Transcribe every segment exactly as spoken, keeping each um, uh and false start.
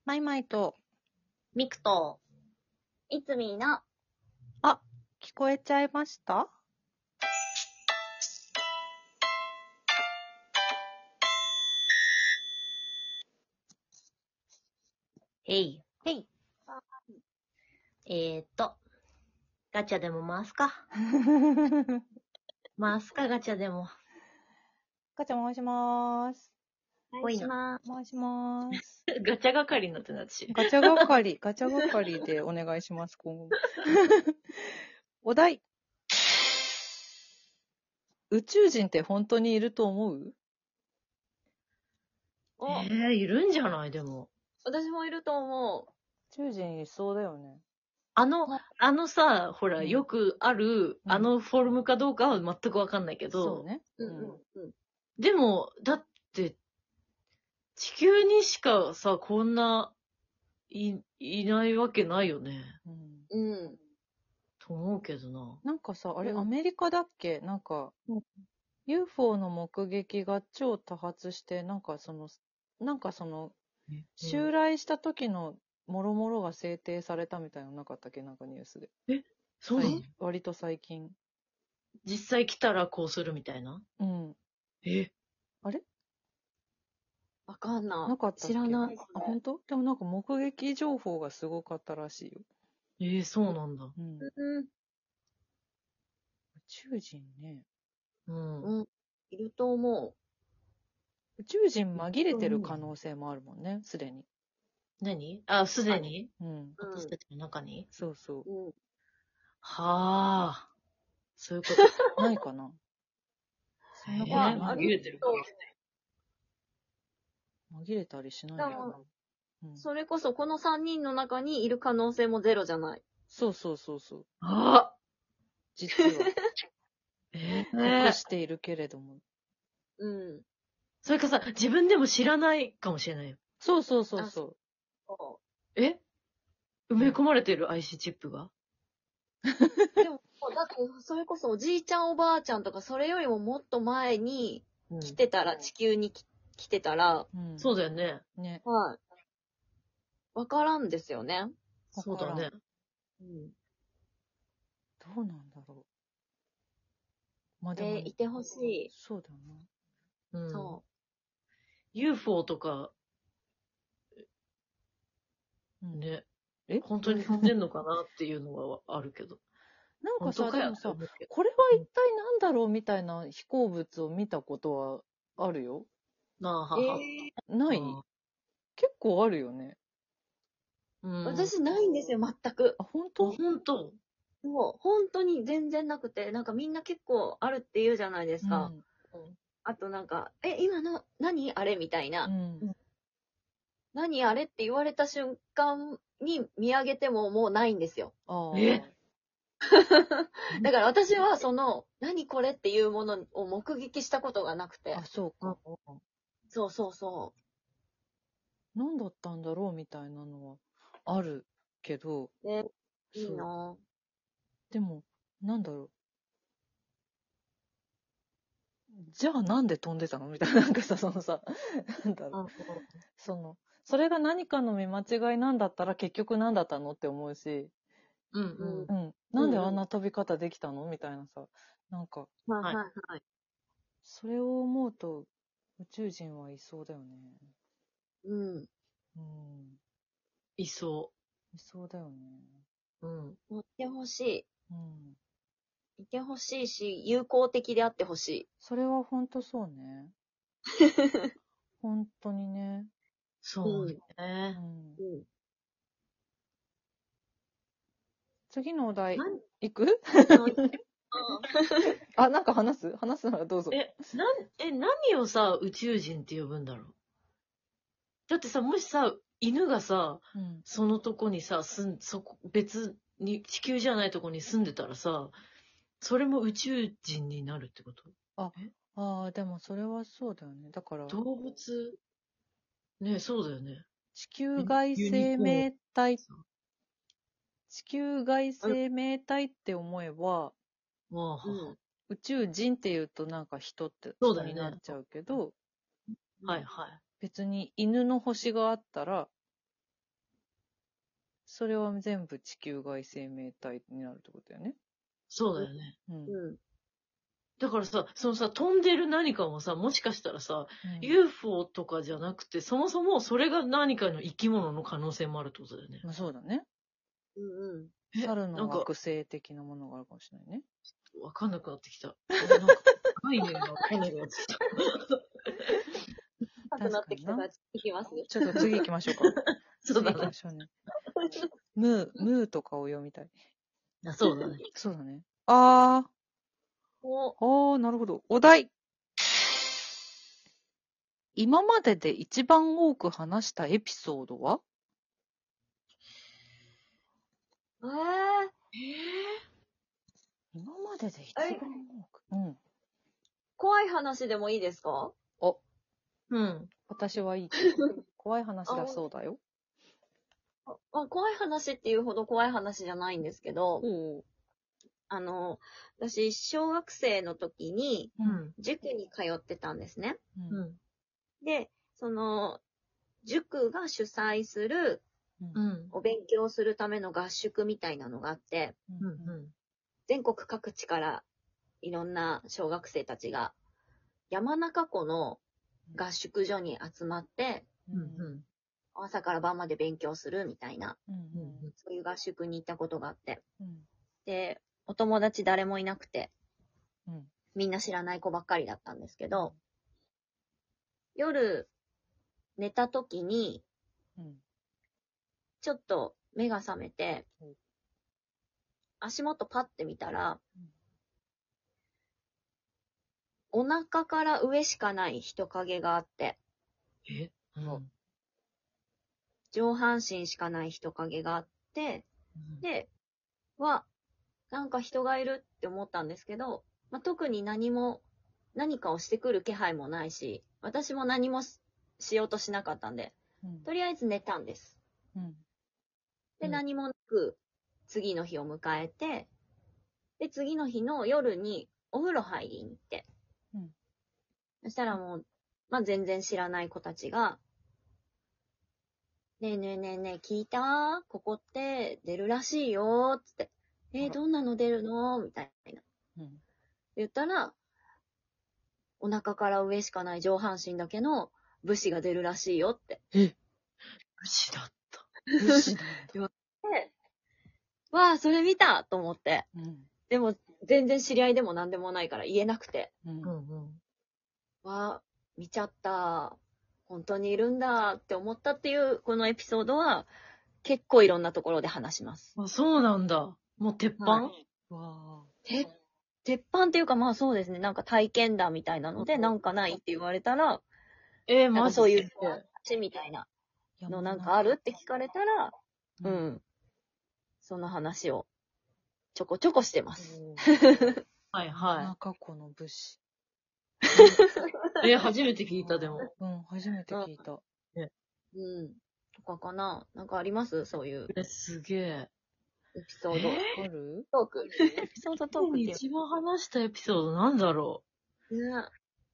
マイマイと、 ミクと、いつみーの、 あ、聞こえちゃいました？ へい。 へい。 えーっと、ガチャでも回すか。回すか、ガチャでも。 ガチャ回しまーす。 おいな。 回しまーす。 ガチャ係になってな私。 ガチャ係、ガチャ係でお願いします、今後も。お題。宇宙人って本当にいると思う？ えー、いるんじゃないでも。 私もいると思う。 宇宙人いそうだよね。 あの、あのさ、ほら、 うんよくある、 うんあのフォルムかどうかは全くわかんないけど、 そうね。 うんうんうん。 でも、だって、地球にしかさ、こんな、い、いないわけないよね。 うん。 うん。 と思うけどな。 なんかさ、あれ、 うんアメリカだっけ？なんか、 うんユーフォー の目撃が超多発して、なんかその、なんかその、襲来した時のもろもろが制定されたみたいなのなかったっけ？なんかニュースで。 そうなの？ 最割と最近。 実際来たらこうするみたいな。 うん。 えあれわかんない。 なかったっけ？ 知らない。 あ、本当？でもなんか目撃情報がすごかったらしいよ。 えー、そうなんだ。 うん。宇うん。 宙人ね。 うん。 うん。いると思宇宙人紛れてる可能性もあるもんね、すでに。 何あ、すでにうん。 う。 私たちの中にそうそう。 うん。 はあ。そういうこと。 ないかな。そんなこといやえー、 ない。 紛れてるかもし紛れたりしないのかな。うん。 それこそこのさんにんの中にいる可能性もゼロじゃない。 そうそうそうそう。 れない。あ実は。 え隠ー、 しているけれども。 うん。 それかさ、自分でも知らないかもしれないよ。 そうそうそうそう。 そえ埋め込まれてる アイシー チップがう。でも、だって、それこそおじいちゃんおばあちゃんとか、それよりももっと前にうん。 来てたら、地球にき来てたら、 うん。 そうだよね。 ね。 はい。わからんですよね。 そうだね。 うん。 どうなんだろう。まあでも、 えーいてほしい。 そうだな。 うん。 そユーフォー とか、 うん、 ね。 え本当に飛んでんのかなっていうのはあるけど。 なんかさ、 本当かよでもさ、 って思うけど。 これは一体なんだろうみたいな飛行物を見たことはあるよ。 なあ、はう。 は。 えない？ あ結構あるよね。 ーうん。 私ないんですよ、全く。 あ、本あ、 当？ 本当そう、本当に全然なくて、なんかみんな結構あるって言うじゃないですか。あとなんか、え、今の、何あれみたいな。 うん。うん。 何あれって言われた瞬間に見上げてももうないんですよ。 ああ。 えだから私はその、何これっていうものを目撃したことがなくてあ、。そうか。 そうそうそ何だったんだろうみたいなのはあるけど、 う。で、いいそう。 なでも、なんだろう。じゃあなんで飛んでたのみたいな、なんかさ、そのさ、なんだろう。その、それが何かの見間違いなんだったら結局何だったのって思うし、 うんうん。 うん。なんであんな飛び方できたのみたいなさ、なんか、 はいはいはいはい。 それを思うと宇宙人はいそうだよね。 うん。 うん。いそいそうだよね。 う。うん。 持ってほしい。 うん。 いてほしいし、友好的であってほしい。 それは本当そうね。本当にね。 そうね。 うん。 うん。 次のお題、 なんいくあ、なんか話す話すならどうぞ。 え、なん、え、何をさ、宇宙人って呼ぶんだろう。だってさ、もしさ、犬がさ、 うん。 そのとこにさ、住ん、そこ、別に、地球じゃないとこに住んでたらさ、それも宇宙人になるってこと？ ああ、でもそれはそうだよね。だから、 動物、ね、そうだよね。 地球外生命体、地球外生命体って思えば、 まあ、はうはん。 宇宙人って言うとなんか人ってそうだよねになっちゃうけど、 はいはい。 別に犬の星があったら、 それは全部地球外生命体になるってことだよね。 そうだよね。 うん。 うん。 だからさ、そのさ、飛んでる何かもさ、もしかしたらさ、 うん、 ユーフォー とかじゃなくて、そもそもそれが何かの生き物の可能性もあるってことだよね。 まあ、そうだね。 うんうん。 え猿のなんか惑星的なものがあるかもしれないね。 わかんなくなってきた。なんか概念がわかんなくなってきた。 高くなってきたから、いきますちょっと次行きましょうか。 そうだね次行きま。しょうね。ムー、ムーとかを読みたい。 あそうだね。 そうだね。あお、 ー、あー、なるほど。お題。今までで一番多く話したエピソードは？ えー、 今までで一番多く。うん。 怖い話でもいいですか？ お、 うん。 私はいい。怖い話だそうだよ。 あまあ、怖い話っていうほど怖い話じゃないんですけど、 おう。 あの、私、小学生の時に、 うん。 塾に通ってたんですね。 うん。 うん。 で、その、塾が主催するうん。 うん。 お勉強するための合宿みたいなのがあって、 うん。うん。 全国各地からいろんな小学生たちが山中湖の合宿所に集まって、 うん。 うん。 朝から晩まで勉強するみたいな、 うん。 そういう合宿に行ったことがあって。 うん。 で、お友達誰もいなくて、 うん。 みんな知らない子ばっかりだったんですけど、夜寝た時に、 うん。 ちょっと目が覚めてうん、 足元パッて見たらうん、 お腹から上しかない人影があって、 えうん。 上半身しかない人影があって、で、は、なんか人がいるって思ったんですけど、まあ、特に何も、何かをしてくる気配もないし、私も何もししようとしなかったんで、 うん。 とりあえず寝たんです。 うん。 で、 うん何もなく、次の日を迎えて、で、次の日の夜にお風呂入りに行って、 うん。 そしたらもう、まあ、全然知らない子たちが、ねえねえねえねえ、聞いた？ここって出るらしいよ、つって。えー、どんなの出るの？みたいな。 うん。 言ったら、お腹から上しかない上半身だけの武士が出るらしいよって。 武士だった。 武士なんだ。 で、わあ、それ見たと思って。 うん。 でも、全然知り合いでも何でもないから言えなくて。 うん。 うん。うん。 わあ、見ちゃった。本当にいるんだって思ったっていうこのエピソードは結構いろんなところで話します。 あ、そうなんだ。もう鉄板、 はわて鉄板っていうかまあそうですね。なんか体験談みたいなので、なんかないって言われたら、 えー、 なんマジかそういうで話みたいなー。 のなんかあるって聞かれたら、 う。 うんん。その話をちょこちょこしてます。 おーはいは中湖の武士。 い。えー、初めて聞いた、でも。 うん、初めて聞いた。 うん。とかかな。なんかありますそういうえ、すげえ。 エピソード。 えある？ トーク。エピソードトークっていう一番話したエピソードなんだろね。 う。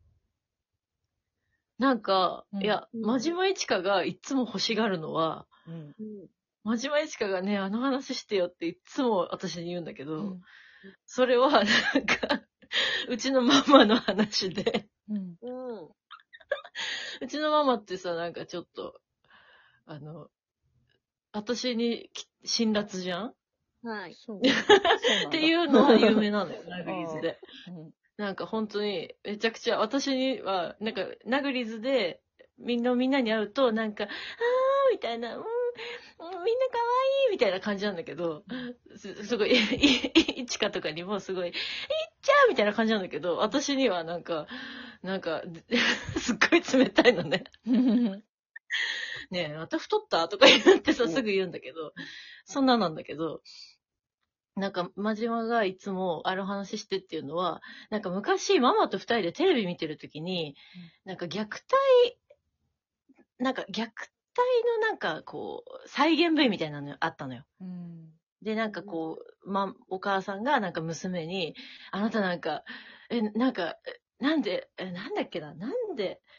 なんか、 うんいや、 うん真島いちかがいつも欲しがるのは、 うん。 うん。 真島いちかがね、あの話してよっていつも私に言うんだけど、 うん。 それはなんか、うちのママの話で、 うん。 うん。 うちのママってさ、なんかちょっと、あの、私にき辛辣じゃんはい。 そう。そうなんだ。 っていうのは有名なのよ、ナグリーズで。 うん。 なんか本当に、めちゃくちゃ、私には、なんか、ナグリーズで、みんな、みんなに会うと、なんか、あーみたいな、うん、うんみんな可愛いみたいな感じなんだけど、すすごい、い、い、いちかとかにもすごい、いっちゃーみたいな感じなんだけど、私にはなんか、なんか、すっごい冷たいのね。ねえ、また太ったとか言ってさ、すぐ言うんだけど、そんななんだけど、なんか、真島がいつもある話してっていうのは、なんか昔ママと二人でテレビ見てるときに、なんか虐待、なんか虐待のなんかこう、再現 V みたいなのあったのよ。 うん。 で、なんかこう、ま、お母さんがなんか娘に、あなたなんか、え、なんか、えなんで、え、なんだっけな、なんで、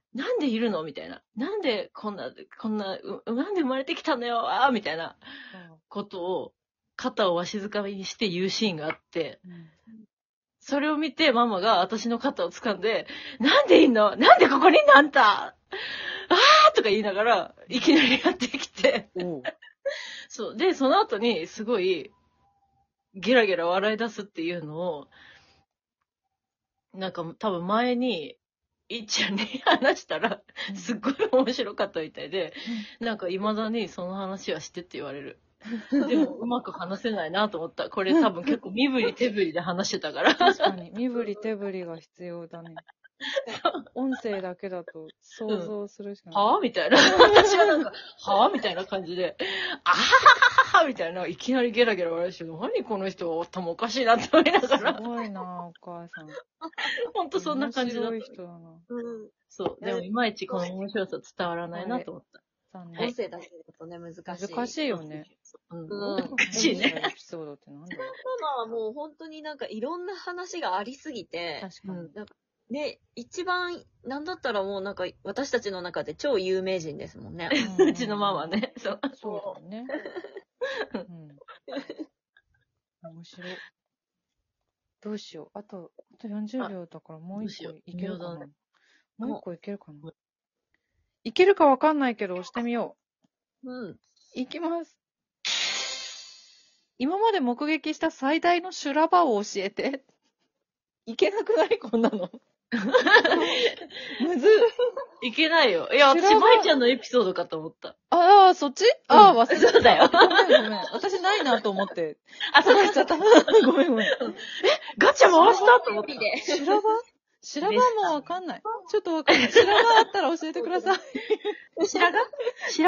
なんでいるのみたいな。なんでこんな、こんな、うなんで生まれてきたのよあーみたいなことを、肩をわしづかみにして言うシーンがあって、 うん、 それを見てママが私の肩を掴んで、なんでいんのなんでここにいんのあんたあーとか言いながら、いきなりやってきて、 おうそう。で、その後に、すごい、ゲラゲラ笑い出すっていうのを、なんか多分前に、いっちゃんに話したら、すっごい面白かったみたいで、なんか未だにその話はしてって言われる。でも、うまく話せないなと思った。これ多分結構身振り手振りで話してたから。 確かに、身振り手振りが必要だね。音声だけだと想像するしかない。 はぁみたいな。私はなんか、はぁみたいな感じで、あははははみたいな、いきなりゲラゲラ笑いして、何この人、頭おかしいなって思いながすら。 ごいなぁ、お母さん。 ほんとそんな感じだった。 面白い人だな。 うん。 そう。でも、いまいちこの面白さ伝わらないなと思った。 残念。 音声だけだとね、難しい。 難しいよね。 うん。 うん難しいね。 エピソードってなんだろう。 ママはもう本当になんかいろんな話がありすぎて、 確かに。 で、一番、なんだったらもうなんか私たちの中で超有名人ですもんね。 うちのママね。そう。 そうだね。うん。面白い。どうしよう。あと、あとよんじゅうびょうだからもう一個いけるかな。もう一個いけるかな。いけるかわかんないけど押してみよう。うん。 いきます。今まで目撃した最大の修羅場を教えて。いけなくないこんなの。むずいけないよ。いや、私、 修羅場舞ちゃんのエピソードかと思った。 ああ、そっちああ、忘れてた。 そうだよ。 ごめんごめん。私ないなと思って。 あ、そうか、 ちゃった。ごめんごめん。 ガチャ回したと思って。 修羅場修羅場もわかんない。ちょっとわかんない。修羅場あったら教えてください。 白髪白